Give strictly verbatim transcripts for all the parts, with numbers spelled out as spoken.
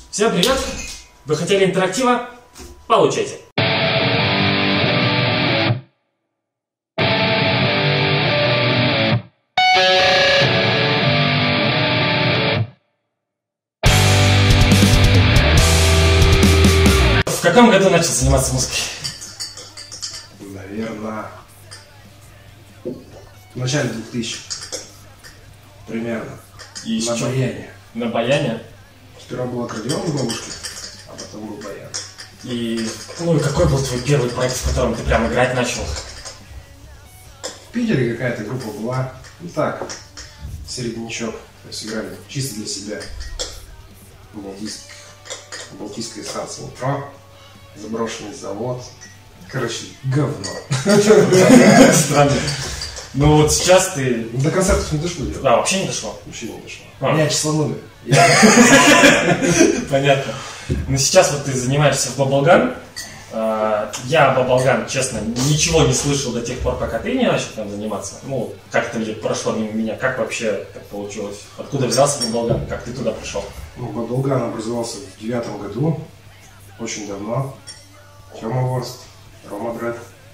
Всем привет! Вы хотели интерактива? Получайте! В каком году начал заниматься музыкой? Наверное, в начале двухтысячных. Примерно. И на баяне. На баяне? Сперва был аккордеон у бабушки, а потом был баян. И, ну, и какой был твой первый проект, в котором ты прям играть начал? В Питере какая-то группа была. Ну так, середнячок. То есть играли чисто для себя. Балтийск... Балтийская станция метро. Заброшенный завод. Короче, говно. Странно. Ну вот сейчас ты... До концертов не дошло. А, вообще не дошло? Вообще не дошло. А. Меня числанули. Понятно. Но сейчас вот ты занимаешься в Bubblegum. Я Bubblegum, честно, ничего не слышал до тех пор, пока ты не начал там заниматься. Ну, как-то лет прошло мимо меня. Как вообще так получилось? Откуда взялся Bubblegum? Как ты туда пришел? Ну, Bubblegum образовался в девятом году. Очень давно. Тёма Ворст, Рома Дред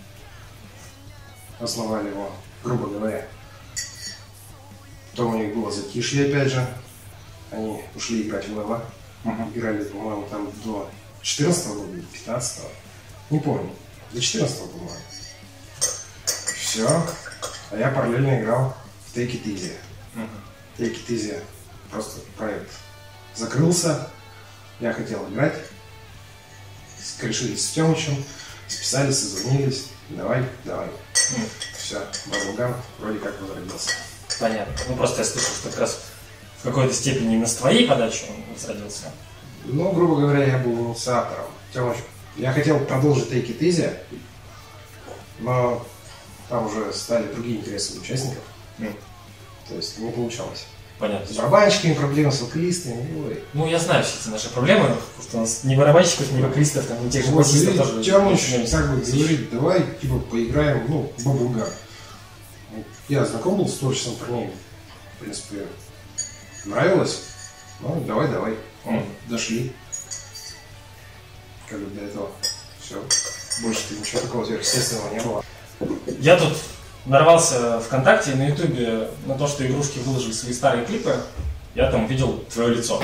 основали его, грубо говоря. Потом у них было затишье, опять же. Они ушли играть в Лева. Uh-huh. Играли, по-моему, там до четырнадцатого года, пятнадцатого. Не помню. До четырнадцатого, по-моему. Все. А я параллельно играл в Take It Easy. Uh-huh. Take It Easy. Просто проект закрылся. Я хотел играть. Скорешились с Тёмычем. Списались, созвонились. Давай, давай. Mm. Все, Bubblegum вроде как возродился. Понятно. Ну просто я слышал, что как раз в какой-то степени именно с твоей подачи он возродился. Ну, грубо говоря, я был инициатором. Тёмыч, я хотел продолжить Take It Easy, но там уже стали другие интересы участников. Mm. То есть не получалось. Понятно. С барабанщиками проблемы, с вокалистами. Ой. Ну, я знаю все эти наши проблемы, потому что у нас ни барабанщиков, ни вокалистов, там, ни тех же вот, басистов тоже. Тёмыч как бы говорит, давай, типа, поиграем, ну, в Bubblegum. Я знаком был с творчеством парней. В принципе, нравилось. Ну, давай, давай. Mm. Дошли. Как бы до этого. Все. Больше-то ничего такого сверхъестественного не было. Я тут нарвался ВКонтакте и на Ютубе на то, что игрушки выложили свои старые клипы. Я там увидел твое лицо.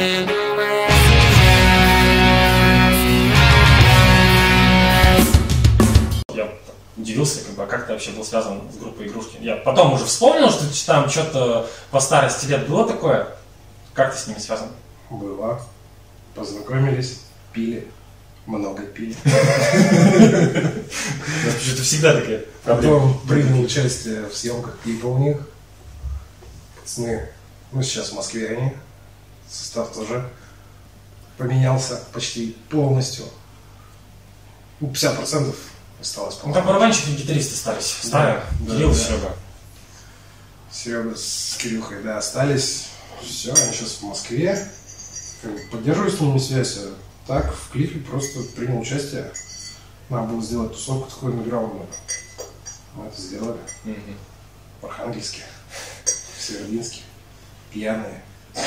Я удивился, как бы, а как ты вообще был связан с группой игрушки. Я потом уже вспомнил, что там что-то по старости лет было такое. Как ты с ними связан? Было. Познакомились, пили. Много пили. Это всегда такая проблема. Потом принял участие в съемках клипа у них. Пацаны, ну сейчас в Москве они. Состав тоже поменялся почти полностью. Ну, пятьдесят процентов осталось, по-моему. Ну, там барабанщик и гитаристы остались. Старые. Да, Кирилл да, и Серега. Серега с Кирюхой, да, остались. Все, они сейчас в Москве. Поддерживаю с ними связь. Так, в клипе просто принял участие. Надо было сделать тусовку такой андеграундную. Мы это сделали. Mm-hmm. В Архангельске, в Северодвинске. Пьяные.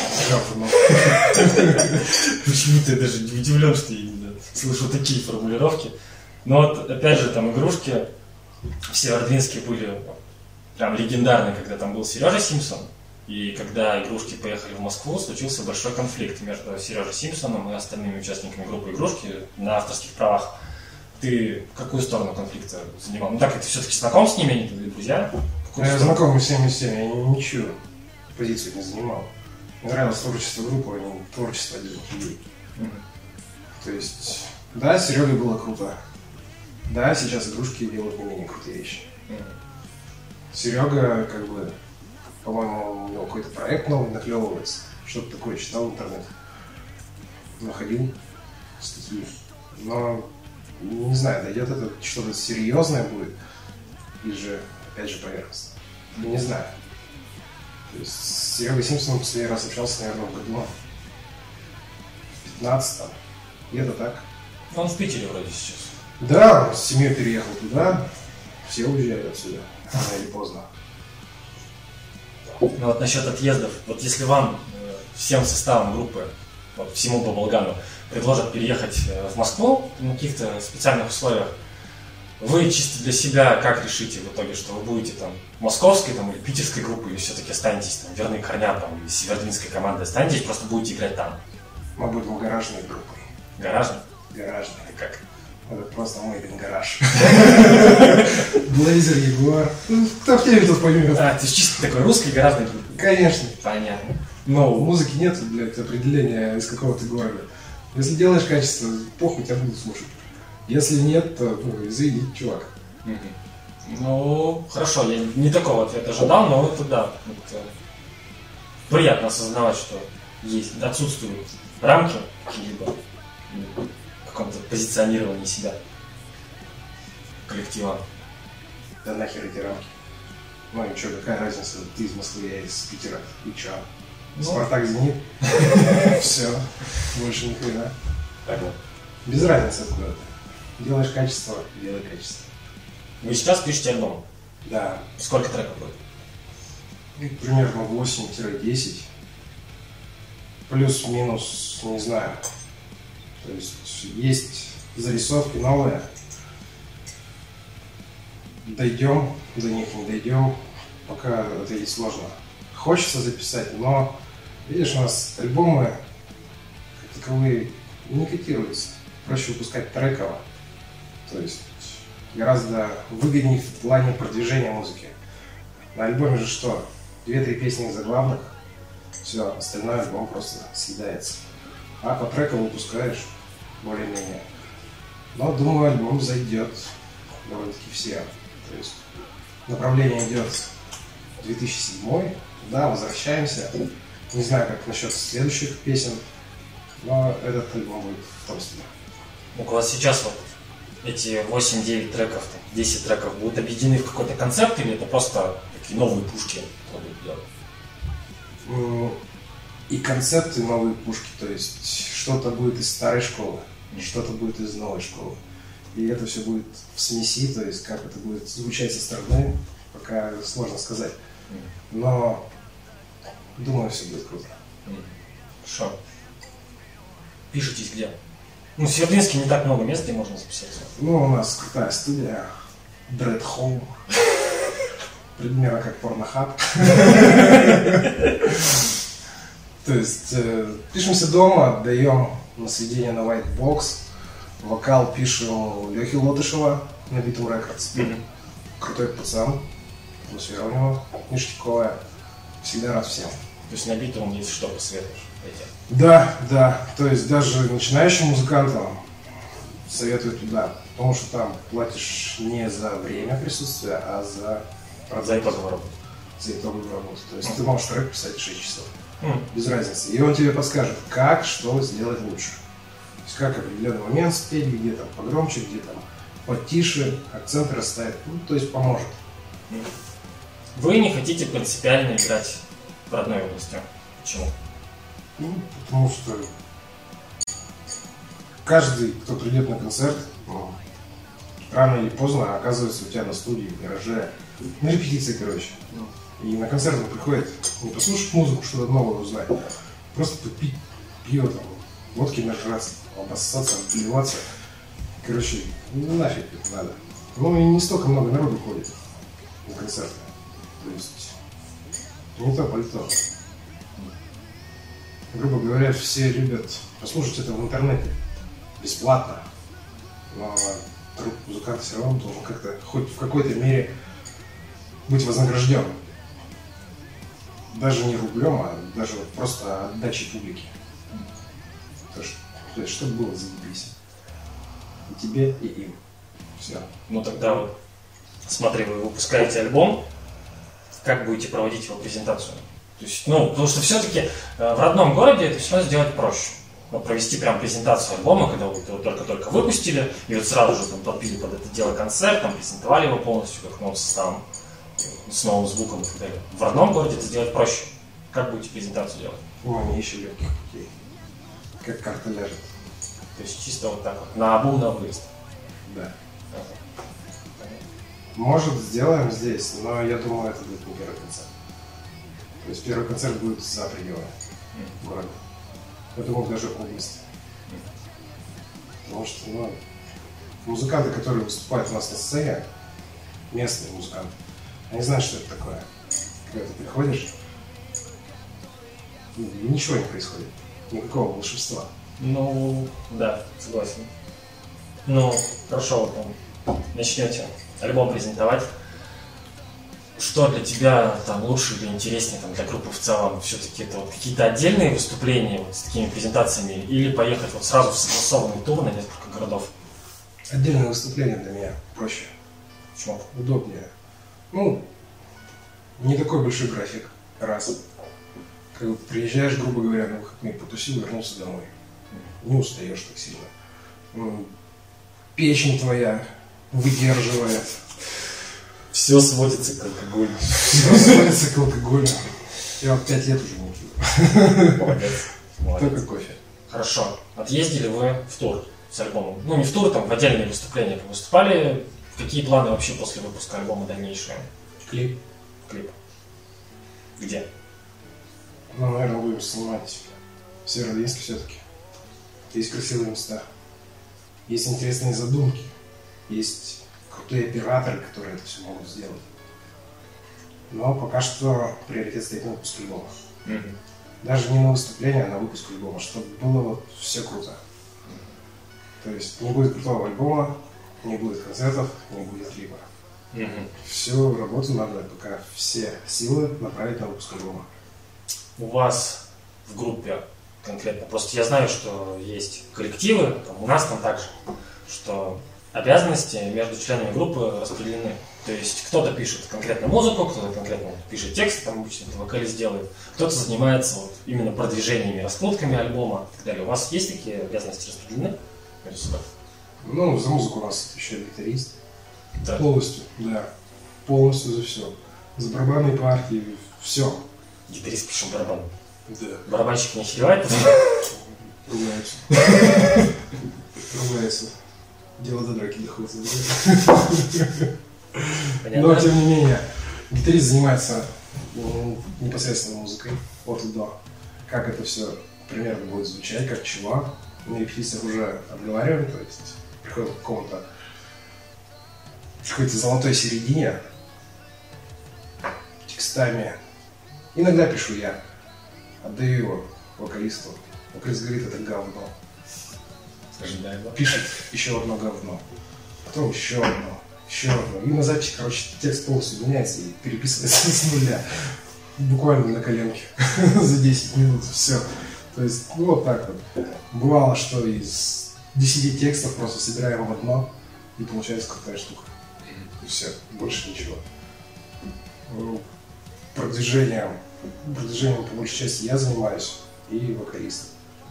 Почему-то я даже не удивлен, что я слышу такие формулировки. Но вот, опять же, там игрушки в Северодвинске были прям легендарные, когда там был Сережа Симпсон. И когда игрушки поехали в Москву, случился большой конфликт между Сережей Симпсоном и остальными участниками группы игрушки на авторских правах. Ты какую сторону конфликта занимал? Ну так, ты все-таки знаком с ними, они твои друзья? Я сторону? Знаком с всеми всеми, я ничего позицию не занимал. Мне нравилось творчество группы, а не творчество отдельных людей. Mm-hmm. То есть, да, с Серегой было круто. Да, сейчас игрушки делают не менее крутые вещи. Mm-hmm. Серега, как бы, по-моему, у него какой-то проект новый наклевывается. Что-то такое читал в интернете. Находил статьи. Но, не знаю, дойдет это что-то серьезное будет. Или же, опять же, поверхностно. Не знаю. То есть, с Серегой Симпсоном последний раз общался, наверное, в году в пятнадцатом. Где-то так. Он в Питере вроде сейчас. Да, он с семьей переехал туда. Все уезжают отсюда. Рано или поздно. Ну вот насчет отъездов. Вот если вам, всем составом группы, вот, всему Баблгану предложат переехать в Москву на каких-то специальных условиях, вы чисто для себя как решите в итоге, что вы будете там московской там, или питерской группой, или все-таки останетесь там, верны корням, там, или северодвинской командой останетесь, просто будете играть там? Мы будем гаражной группой. Гаражной? Гаражной. Это как? Это просто мой гараж. Блейзер, Ягуар. Кто в теме тут поймет? А, ты чисто такой русский гаражный группы? Конечно. Понятно. Но у музыки нет, блядь, определения из какого ты города. Если делаешь качество, похуй, тебя будут слушать. Если нет, то ну, извини, чувак. Mm-hmm. Ну, хорошо, я не такого ответа ожидал, но это да. Это приятно осознавать, что есть, отсутствуют рамки какие-либо в каком-то позиционировании себя коллектива. Да нахер эти рамки. Ну и что, какая разница, ты из Москвы, я из Питера, и чё? Ну. Спартак, Зенит. Все, больше нихуя. Без разницы откуда ты. Делаешь качество, делай качество. Вы сейчас пишете альбом? Да. Сколько треков будет? Примерно восемь-десять. Плюс-минус, не знаю. То есть есть зарисовки новые. Дойдем, до них не дойдем. Пока ответить сложно. Хочется записать, но видишь, у нас альбомы как таковые не котируются. Проще выпускать треково. То есть гораздо выгоднее в плане продвижения музыки. На альбоме же что? Две-три песни заглавных, все, остальной альбом просто съедается. А по треку выпускаешь более-менее. Но думаю, альбом зайдет довольно-таки всем. То есть направление идет две тысячи седьмой, да, возвращаемся. Не знаю, как насчет следующих песен, но этот альбом будет в том стиле. У вас сейчас вот эти восемь-девять треков, десять треков будут объединены в какой-то концепт, или это просто такие новые пушки будут делать? И концепты новые пушки, то есть что-то будет из старой школы, что-то будет из новой школы. И это все будет в смеси, то есть как это будет звучать со стороны, пока сложно сказать. Но думаю, все будет круто. Хорошо. Пишетесь где? Ну, в Северодвинске не так много мест, где можно записаться. Ну, у нас крутая студия, Dread Home, примерно как Порнохаб. То есть э, пишемся дома, отдаем на сведение на White Box, вокал пишем у Лехи Лотышева на Beatum Records. Mm-hmm. Крутой пацан, атмосфера у него ништяковая, всегда рад всем. То есть на Beatum есть что посоветуешь? Да, да, то есть даже начинающим музыкантам советую туда, потому что там платишь не за время присутствия, а за За итоговую работу. За итоговую работу. То есть mm. ты можешь трек писать шесть часов. Mm. Без разницы. И он тебе подскажет, как, что сделать лучше. То есть как определенный момент спеть, где там погромче, где там потише, акценты расставить. Ну, то есть поможет. Mm. Вы не хотите принципиально играть в родной области. Почему? Ну, потому что каждый, кто придет на концерт, ну, рано или поздно оказывается у тебя на студии, в гараже, на репетиции, короче. И на концерт он приходит не послушать музыку, что-то новое узнать, просто попить пиво, там, водки нажраться, обоссаться, обливаться. Короче, ну нафиг это надо. Ну и не столько много народу ходит на концерты. То есть не то пальто. Грубо говоря, все любят послушать это в интернете бесплатно. Но труд музыканта все равно должен как-то, хоть в какой-то мере быть вознагражден. Даже не рублем, а даже вот просто отдачей публике. То есть, то есть чтобы было заебись. И тебе, и им. Все. Ну тогда вот, смотри, вы выпускаете альбом, как будете проводить его презентацию? То есть, ну, потому что все-таки э, в родном городе это все сделать проще. Ну, провести прям презентацию альбома, когда вы его только-только выпустили, и вот сразу же там подпили под это дело концерт, там презентовали его полностью, как новым составом, с новым звуком и так далее. В родном городе это сделать проще. Как будете презентацию делать? Ну, они ищут легких путей. Как карта ляжет. То есть чисто вот так вот, на обум, на выезд. Да. Может, сделаем здесь, но я думаю, это будет не первый концерт. То есть первый концерт будет за пределами города. я думал, даже область. Потому что, ну, музыканты, которые выступают у нас на сцене, местные музыканты, они знают, что это такое. Когда ты приходишь, ничего не происходит, никакого волшебства. Ну, да, согласен. Ну, хорошо, вот, начнете альбом презентовать. Что для тебя там лучше или интереснее там, для группы в целом? Все-таки это вот какие-то отдельные выступления вот, с такими презентациями или поехать вот сразу в согласованный тур на несколько городов? Отдельное выступление для меня проще. Почему? Удобнее. Ну, не такой большой график, раз. Как бы приезжаешь, грубо говоря, на выходные, потусил, вернулся домой. Не устаешь так сильно. Ну, печень твоя выдерживает. Все сводится к алкоголю. Все сводится к алкоголю. Я вот пять лет уже не пью. Молодец. Молодец. Только кофе. Хорошо. Отъездили вы в тур с альбомом? Ну, не в тур, там в отдельные выступления выступали. Какие планы вообще после выпуска альбома дальнейшие? Клип. Клип. Где? Ну, наверное, будем снимать в Северодвинске все-таки. Есть красивые места. Есть интересные задумки. Есть крутые операторы, которые это все могут сделать. Но пока что приоритет стоит на выпуск альбома. Mm-hmm. Даже не на выступление, а на выпуск альбома, чтобы было вот все круто. Mm-hmm. То есть не будет крутого альбома, не будет концертов, не будет клипа. Mm-hmm. Всю работу надо пока все силы направить на выпуск альбома. У вас в группе конкретно, просто я знаю, что есть коллективы, там, у нас там также, что обязанности между членами группы распределены. То есть кто-то пишет конкретно музыку, кто-то конкретно пишет текст, там обычно это вокалист делает, кто-то занимается вот именно продвижениями, раскрутками альбома и так далее. У вас есть такие обязанности распределены между собой? Ну, за музыку у нас еще гитарист. Да. Полностью, да. Полностью за все. За барабанные партии, все. Гитарист пишет барабан. Да. Барабанщик не охеревает? Ругаются. Ругаются. Дело до драки доходит. Но, тем не менее, гитарист занимается ну, непосредственно музыкой от и до. Как это все примерно будет звучать, как чего. На репетициях уже обговариваем, то есть приходит к какому-то какой-то золотой середине текстами. Иногда пишу я, отдаю его вокалисту. Вокалист говорит, это говно. Ожидаемо. Пишет еще одно говно. Потом еще одно, еще одно. И на записи, короче, текст полностью меняется и переписывается с нуля. Буквально на коленке. За десять минут. Все. То есть, ну вот так вот. Бывало, что из десяти текстов просто собираем в одно, и получается крутая штука. И все. Больше ничего. Ну, продвижением, продвижением по большей части я занимаюсь, и вокалист.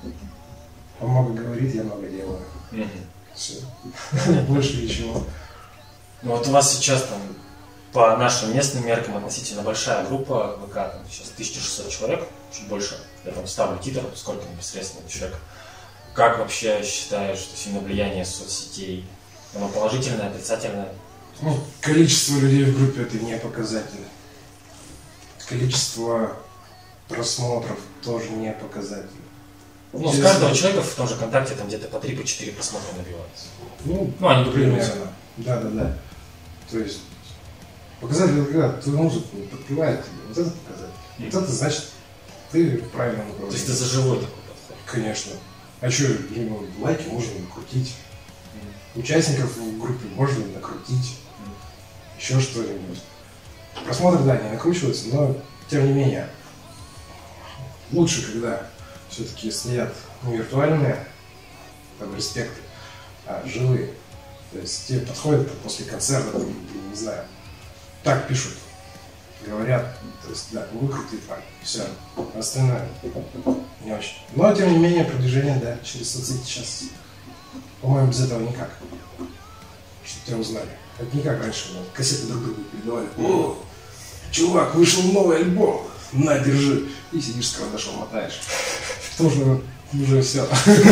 Он много говорит, я много делаю. Mm-hmm. Все. Больше ничего. Ну вот у вас сейчас там по нашим местным меркам относительно большая группа ВК, там сейчас тысяча шестьсот человек, чуть больше. Я там ставлю титр, сколько непосредственно человек. Как вообще считаешь, что сильное влияние соцсетей? Оно положительное, отрицательное? Ну, количество людей в группе это не показатель. Количество просмотров тоже не показатель. Ну, с каждого человека в том же ВКонтакте там где-то по три-четыре просмотра набивается. Ну, ну они дублируются. Да, да, да. То есть показатель, когда твою музыку подпевает тебе, вот это показатель. Mm. Вот это значит, ты в правильном направлении. То есть ты за живой такой подход? Конечно. А что, ну, лайки можно накрутить. Mm. Участников в группе можно накрутить. Mm. Еще что-нибудь. Просмотры, да, не накручиваются, но тем не менее. Лучше, когда все-таки стоят не виртуальные там, респекты, а живые. То есть тебе подходят там, после концерта, там, не знаю, так пишут, говорят, то есть, да, вы крутые парни, все, остальное не очень. Но, тем не менее, продвижение, да, через соцсети сейчас, по-моему, без этого никак, чтобы тебя узнали. Это не как раньше, ну, кассеты друг другу передавали. О, чувак, вышел новый альбом, на, держи. И сидишь с карандашом, мотаешь. Потому что уже все.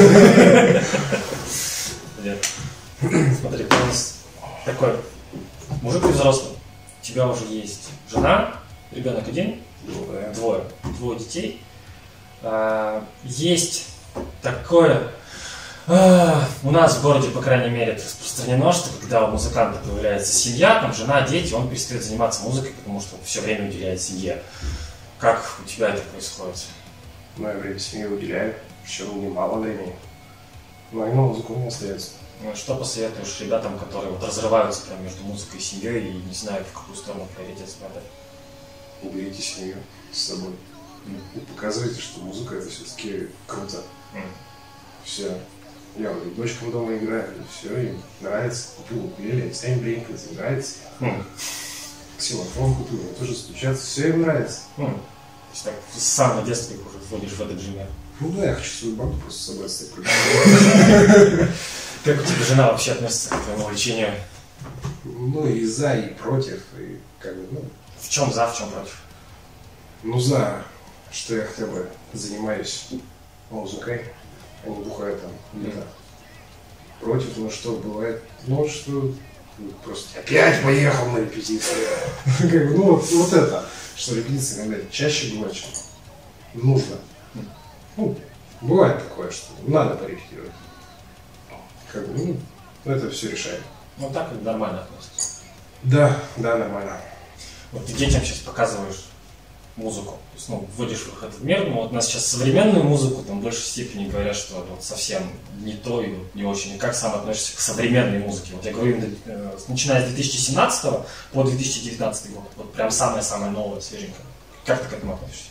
Смотри, ты у нас такой мужик взрослый. У тебя уже есть жена, ребенок один, Двое. Двое. Двое детей. А, есть такое... А, у нас в городе, по крайней мере, это распространено, что когда у музыканта появляется семья, там жена, дети, он перестает заниматься музыкой, потому что он все время уделяет семье. Как у тебя это происходит? Ну, я время семье уделяю, причем немало времени. Но и на музыку не остается. Ну, что посоветуешь ребятам, которые вот разрываются прям между музыкой и семьей и не знают, в какую сторону приоритет смотреть? Уберите семью с собой. Mm. И показывайте, что музыка это все-таки круто. Mm. Все. Я вот дочкам дома играю, и все, им нравится. Купил укулеле, сами бренькают, им нравится. Mm. Ксилофон купил, они тоже стучатся, все им нравится. Mm. То есть так с самого детства их уже вводишь в этот жанр. Ну да, я хочу свою банду просто собрать с такой. Как у тебя жена вообще относится к твоему увлечению? Ну и за, и против, и как бы, ну... В чем за, в чем против? Ну за, что я хотя бы занимаюсь музыкой, а не бухаю там где-то. Mm-hmm. Против, ну что, бывает, ну что, просто опять поехал на репетицию. Ну вот это, что репетиции иногда чаще бывает, чем нужно. Ну, бывает такое, что надо порепетировать. Как бы, ну, это все решает. Ну так нормально относится. Да, да, нормально. Вот ты детям сейчас показываешь музыку, то есть, ну, вводишь их в этот мир, но вот у нас сейчас современную музыку, там в большей степени говорят, что это вот совсем не то и вот не очень. И как сам относишься к современной музыке? Вот я говорю, э, начиная с две тысячи семнадцатого по две тысячи девятнадцатый год, вот прям самое-самое новое, свеженькое. Как ты к этому относишься?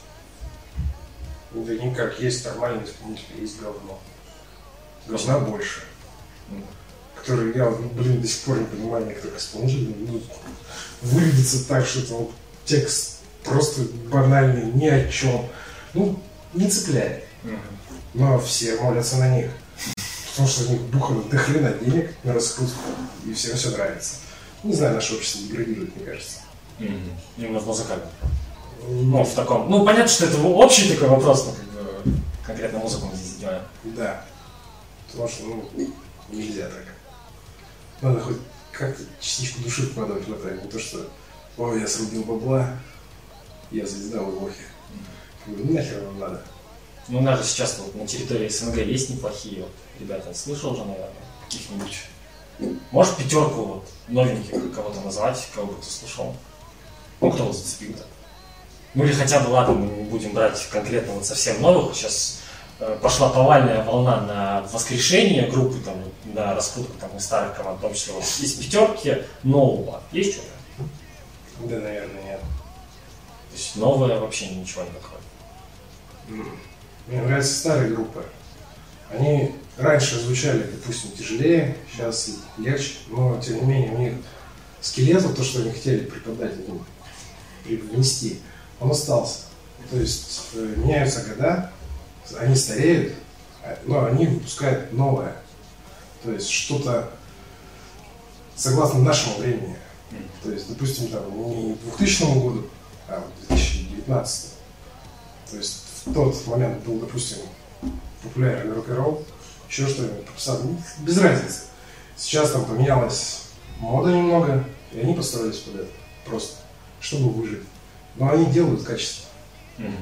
Да никак, есть нормальный исполнитель, есть говно. Говна больше. Mm. Который я, блин, до сих пор не понимаю некоторых исполнителей. Ну, вырядится так, что там текст просто банальный, ни о чем. Ну, не цепляет. Mm-hmm. Но все молятся на них. Потому что у них бухано до хрена денег на раскрутку. И всем все нравится. Не знаю, наше общество деградирует, мне кажется. Mm-hmm. Именно в музыкальном. Ну, в таком. Ну, понятно, что это общий такой вопрос, но как бы конкретно музыку мы здесь делаем. Да. Потому что, ну, нельзя так. Надо хоть как-то частичку души вкладывать в это, не то что ой, я срубил бабла, я звезда в эпохе. Ну нахер вам надо. Ну у нас же сейчас вот на территории СНГ есть неплохие вот ребята. Слышал же, наверное, каких-нибудь. Можешь пятерку вот новеньких кого-то назвать, кого бы ты слушал? Ну кто вот зацепил-то? Ну или хотя бы, ладно, мы не будем брать конкретно вот совсем новых. Сейчас э, пошла повальная волна на воскрешение группы, там, на раскрутку там, из старых команд, в том числе вот из пятерки нового. Есть что-то? Да, наверное, нет. То есть новое вообще ничего не такое. Мне нравятся старые группы. Они раньше звучали, допустим, тяжелее, сейчас легче, но тем не менее у них скелет, то, что они хотели преподать, привнести, он остался. То есть э, меняются года, они стареют, но они выпускают новое. То есть что-то согласно нашему времени. То есть, допустим, там не двухтысячному году, а две тысячи девятнадцатому. То есть в тот момент был, допустим, популярен рок-н-ролл, еще что-нибудь, без разницы. Сейчас там поменялась мода немного, и они построились под это, просто, чтобы выжить. Но они делают качество. Mm-hmm.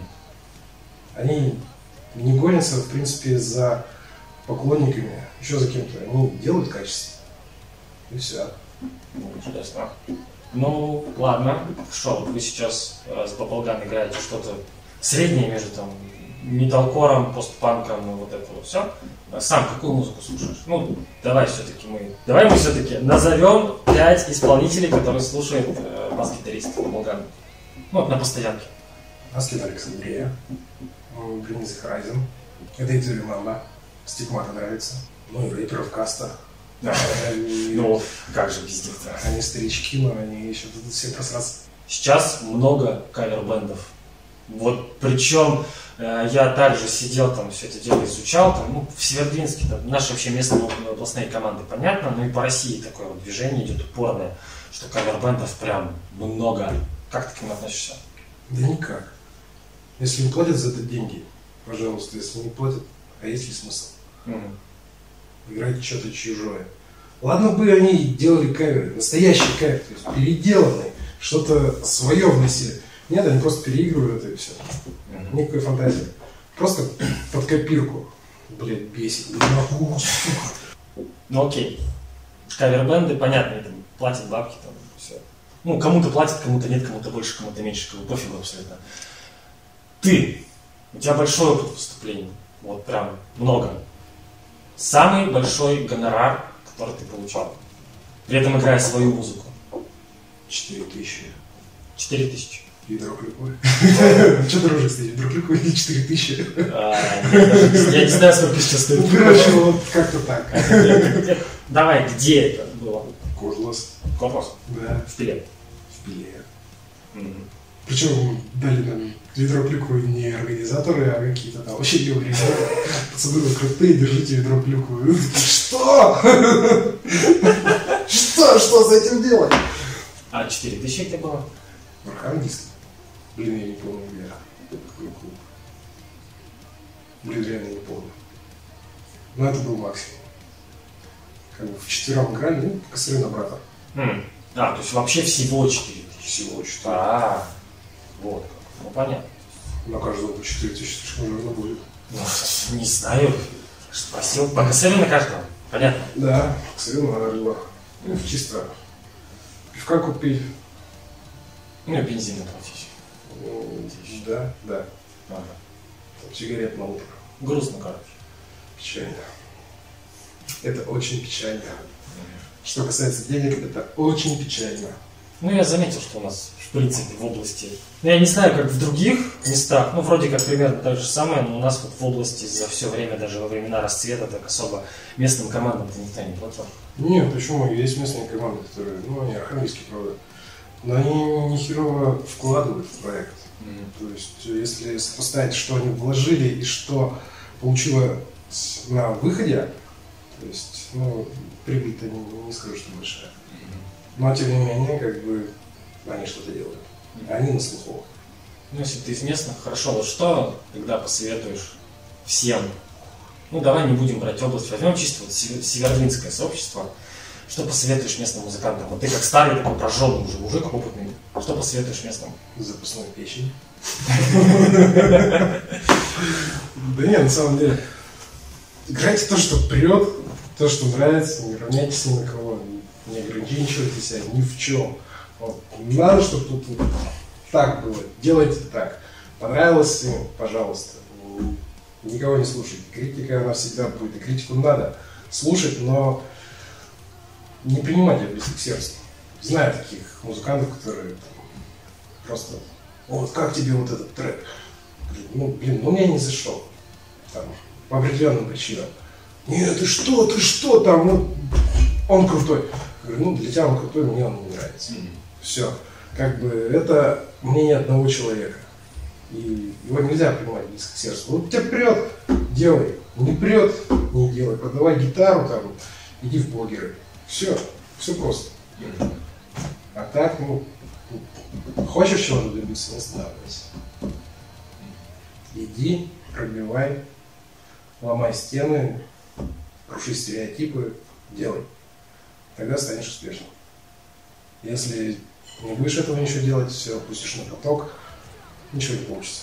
Они не гонятся, в принципе, за поклонниками, еще за кем-то. Они делают качество. И все. Интересно. Ну, ладно. Что, вы сейчас э, с Bubblegum играете что-то среднее между там металкором, постпанком и вот это вот все. Сам какую музыку слушаешь? Ну, давай все-таки мы... Давай мы все-таки назовем пять исполнителей, которые слушает э, бас-гитарист Bubblegum. Ну, вот на постоянке. Аскет Александрия, Гринзи Хорайзен, это Итови Мама, Стигмата нравится, ну и рэперов Каста. Да. Они, ну, как же без них-то? Они старички, но они еще будут все просраться. Сейчас много кавер-бэндов. Вот причем э, я также сидел там, все это дело изучал, там, ну, в Северодвинске, там, наши вообще местные областные команды, понятно, но и по России такое вот движение идет упорное, что кавер-бэндов прям много. Как ты к ним относишься? Да никак. Если не платят за это деньги, пожалуйста, если не платят, а есть ли смысл? Mm-hmm. Играть что-то чужое. Ладно бы они делали каверы, настоящий кавер, то есть переделанный, что-то свое вносили. Нет, они просто переигрывают это и все. Mm-hmm. Никакой фантазии. Просто под копирку. Блядь, бесит, не могу. Ну окей. Кавер-бенды, понятно, это платят бабки, там, все. Ну, кому-то платят, кому-то нет, кому-то больше, кому-то меньше, кому пофигу абсолютно. Ты, у тебя большой опыт выступлений, вот прям много. Самый большой гонорар, который ты получал, при этом играя свою музыку. Четыре тысячи. Четыре тысячи. Гидроклюквы. Что дороже стоит, гидроклюквы или четыре тысячи? Я не знаю, сколько сейчас стоит. Ну, короче, вот как-то так. Давай, где это было? Котлас. Котлас? Да. В Пиле. В Пиле. Причем дали нам ведро-клюквы не организаторы, а какие-то там вообще белые ребята. Пацаны, вы крутые, держите ведро-клюквы. Что? Что? Что с этим делать? А четыре тысячи где было? В Архангельске. Блин, я не помню, где. Какой клуб. Блин, реально не помню. Но это был максимум. Как бы вчетвером играли, ну, косарю на брата. Mm. А, то есть вообще всего четыре тысячи? Всего четыре. А, вот как. Ну, понятно. На каждого по четыре тысячи, слишком наверное, будет. Ну, не знаю. Спросил. По косарю на каждого. Понятно? Да, косарю на рыба. Ну, чисто. Пивка купить. Ну, и бензин оплатить. Ну, да, да. Ага. Там сигарет на утро. Грустно, короче. Печально. Это очень печально. Что касается денег, это очень печально. Ну, я заметил, что у нас, в принципе, в области... Ну, я не знаю, как в других местах, ну, вроде как примерно так же самое, но у нас вот в области за все время, даже во времена расцвета, так особо местным командам-то никто не платил. Нет, почему? Есть местные команды, которые, ну, они архангельские, правда, но они не херово вкладывают в проект. Mm-hmm. То есть, если сопоставить, что они вложили и что получилось на выходе, то есть, ну, прибыль-то не, не скажу, что большая. Mm-hmm. Но, тем не менее, как бы, они что-то делают. Mm-hmm. Они на слуху. Ну, если ты из местных, хорошо, вот что тогда посоветуешь всем? Ну, давай не будем брать область, возьмем чисто вот северодвинское сообщество. Что посоветуешь местным музыкантам? Вот ты как старый, такой прожженный уже мужик, опытный. Что посоветуешь местным? Запасной печень. Да нет, на самом деле. Играйте то, что прет, то, что нравится, не равняйтесь ни на кого, не ограничивайте себя ни в чем. Надо, чтобы тут так было. Делайте так. Понравилось им, пожалуйста. Никого не слушайте. Критика, она всегда будет. И критику надо слушать, но не принимать ее близко к сердцу. Знаю таких музыкантов, которые там, просто, вот как тебе вот этот трек? Ну, блин, ну мне не зашел. Там, по определенным причинам. Нет, ты что, ты что там? Вот, он крутой. Говорю, ну для тебя он крутой, мне он не нравится. Mm-hmm. Все. Как бы это мнение одного человека. И его нельзя принимать близко к сердцу. Вот тебя прет, делай. Не прет, не делай. Продавай гитару там, иди в блогеры. Все, все просто. А так, ну, хочешь чего-то добиться, не останавливайся. Иди, пробивай, ломай стены, круши стереотипы, делай. Тогда станешь успешным. Если не будешь этого ничего делать, все опустишь на поток, ничего не получится.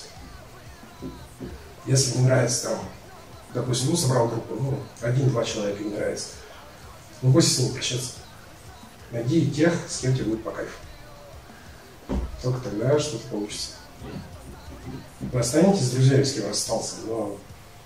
Если не нравится там, допустим, ну, собрал группу, ну, один-два человека не нравится, ну, бойся с ними прощаться. Найди тех, с кем тебе будет по кайфу. Только тогда что-то получится. Вы останетесь с друзьями, с кем расстался, но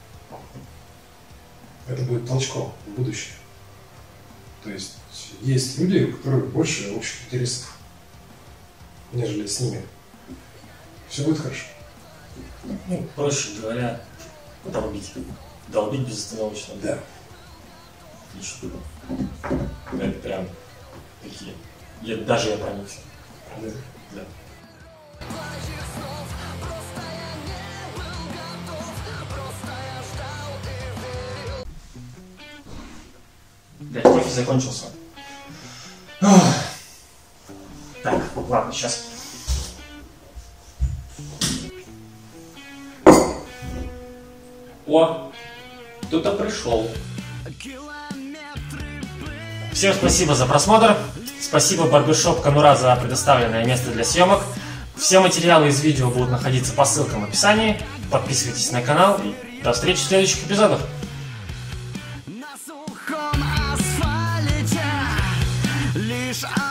это будет толчком в будущее. То есть есть люди, у которых больше общих интересов, нежели с ними. Все будет хорошо. Ну, проще говоря, долбить. Долбить безостановочно. Да. Отлично. Это прям такие. Я, даже я проникся. Да. Да. Блять, кофе закончился. Так, ладно, сейчас. О, кто-то пришел. Всем спасибо за просмотр. Спасибо Барбершоп Конура за предоставленное место для съемок. Все материалы из видео будут находиться по ссылкам в описании. Подписывайтесь на канал и до встречи в следующих эпизодах. сухом асфальте лишь